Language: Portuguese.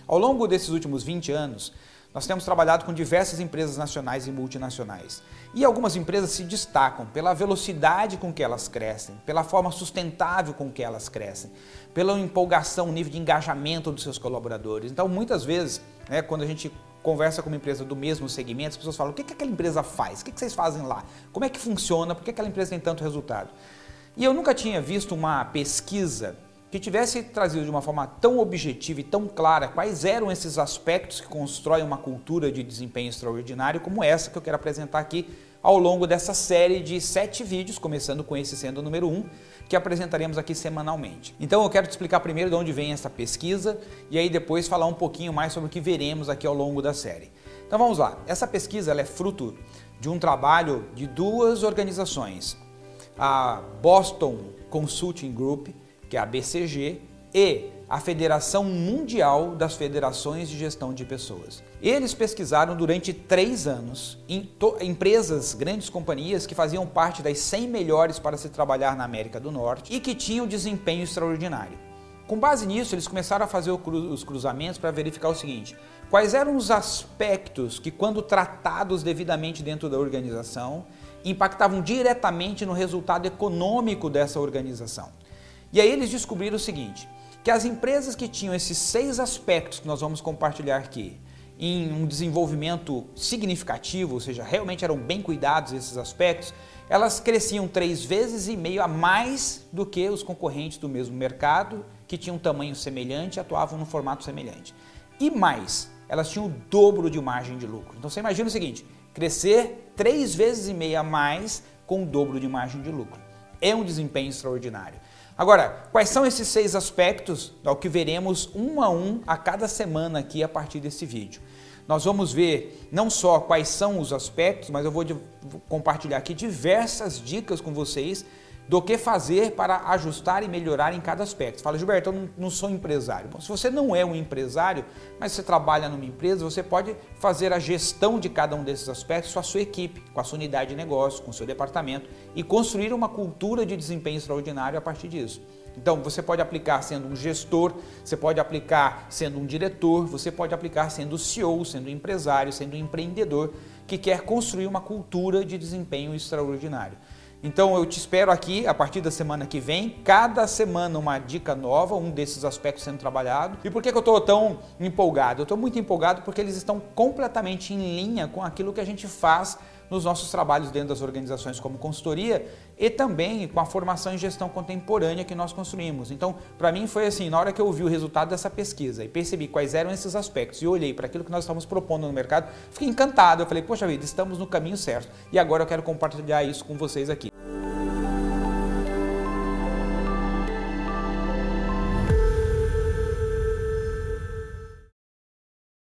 Ao longo desses últimos 20 anos, nós temos trabalhado com diversas empresas nacionais e multinacionais. E algumas empresas se destacam pela velocidade com que elas crescem, pela forma sustentável com que elas crescem, pela empolgação, o nível de engajamento dos seus colaboradores. Então, muitas vezes, quando a gente conversa com uma empresa do mesmo segmento, as pessoas falam: o que aquela empresa faz? O que vocês fazem lá? Como é que funciona? Por que aquela empresa tem tanto resultado? E eu nunca tinha visto uma pesquisa que tivesse trazido de uma forma tão objetiva e tão clara quais eram esses aspectos que constroem uma cultura de desempenho extraordinário como essa que eu quero apresentar aqui ao longo dessa série de 7 vídeos, começando com esse sendo o número 1, que apresentaremos aqui semanalmente. Então eu quero te explicar primeiro de onde vem essa pesquisa e aí depois falar um pouquinho mais sobre o que veremos aqui ao longo da série. Então vamos lá, essa pesquisa ela é fruto de um trabalho de 2 organizações, a Boston Consulting Group, que é a BCG, e a Federação Mundial das Federações de Gestão de Pessoas. Eles pesquisaram durante 3 anos em empresas, grandes companhias que faziam parte das 100 melhores para se trabalhar na América do Norte e que tinham desempenho extraordinário. Com base nisso, eles começaram a fazer os cruzamentos para verificar o seguinte: quais eram os aspectos que, quando tratados devidamente dentro da organização, impactavam diretamente no resultado econômico dessa organização. E aí eles descobriram o seguinte, que as empresas que tinham esses 6 aspectos que nós vamos compartilhar aqui, em um desenvolvimento significativo, ou seja, realmente eram bem cuidados esses aspectos, elas cresciam 3,5 vezes a mais do que os concorrentes do mesmo mercado, que tinham um tamanho semelhante e atuavam no formato semelhante. E mais, elas tinham o dobro de margem de lucro. Então você imagina o seguinte, crescer 3,5 vezes a mais com o dobro de margem de lucro. É um desempenho extraordinário. Agora, quais são esses 6 aspectos? É o que veremos um a cada semana aqui a partir desse vídeo. Nós vamos ver não só quais são os aspectos, mas eu vou compartilhar aqui diversas dicas com vocês do que fazer para ajustar e melhorar em cada aspecto. Você fala: Gilberto, eu não sou empresário. Bom, se você não é um empresário, mas você trabalha numa empresa, você pode fazer a gestão de cada um desses aspectos com a sua equipe, com a sua unidade de negócio, com o seu departamento e construir uma cultura de desempenho extraordinário a partir disso. Então, você pode aplicar sendo um gestor, você pode aplicar sendo um diretor, você pode aplicar sendo CEO, sendo um empresário, sendo um empreendedor que quer construir uma cultura de desempenho extraordinário. Então eu te espero aqui a partir da semana que vem, cada semana uma dica nova, um desses aspectos sendo trabalhado. E por que eu estou tão empolgado? Eu estou muito empolgado porque eles estão completamente em linha com aquilo que a gente faz nos nossos trabalhos dentro das organizações como consultoria e também com a formação em gestão contemporânea que nós construímos. Então, para mim foi assim, na hora que eu vi o resultado dessa pesquisa e percebi quais eram esses aspectos e olhei para aquilo que nós estamos propondo no mercado, fiquei encantado. Eu falei: poxa vida, estamos no caminho certo e agora eu quero compartilhar isso com vocês aqui.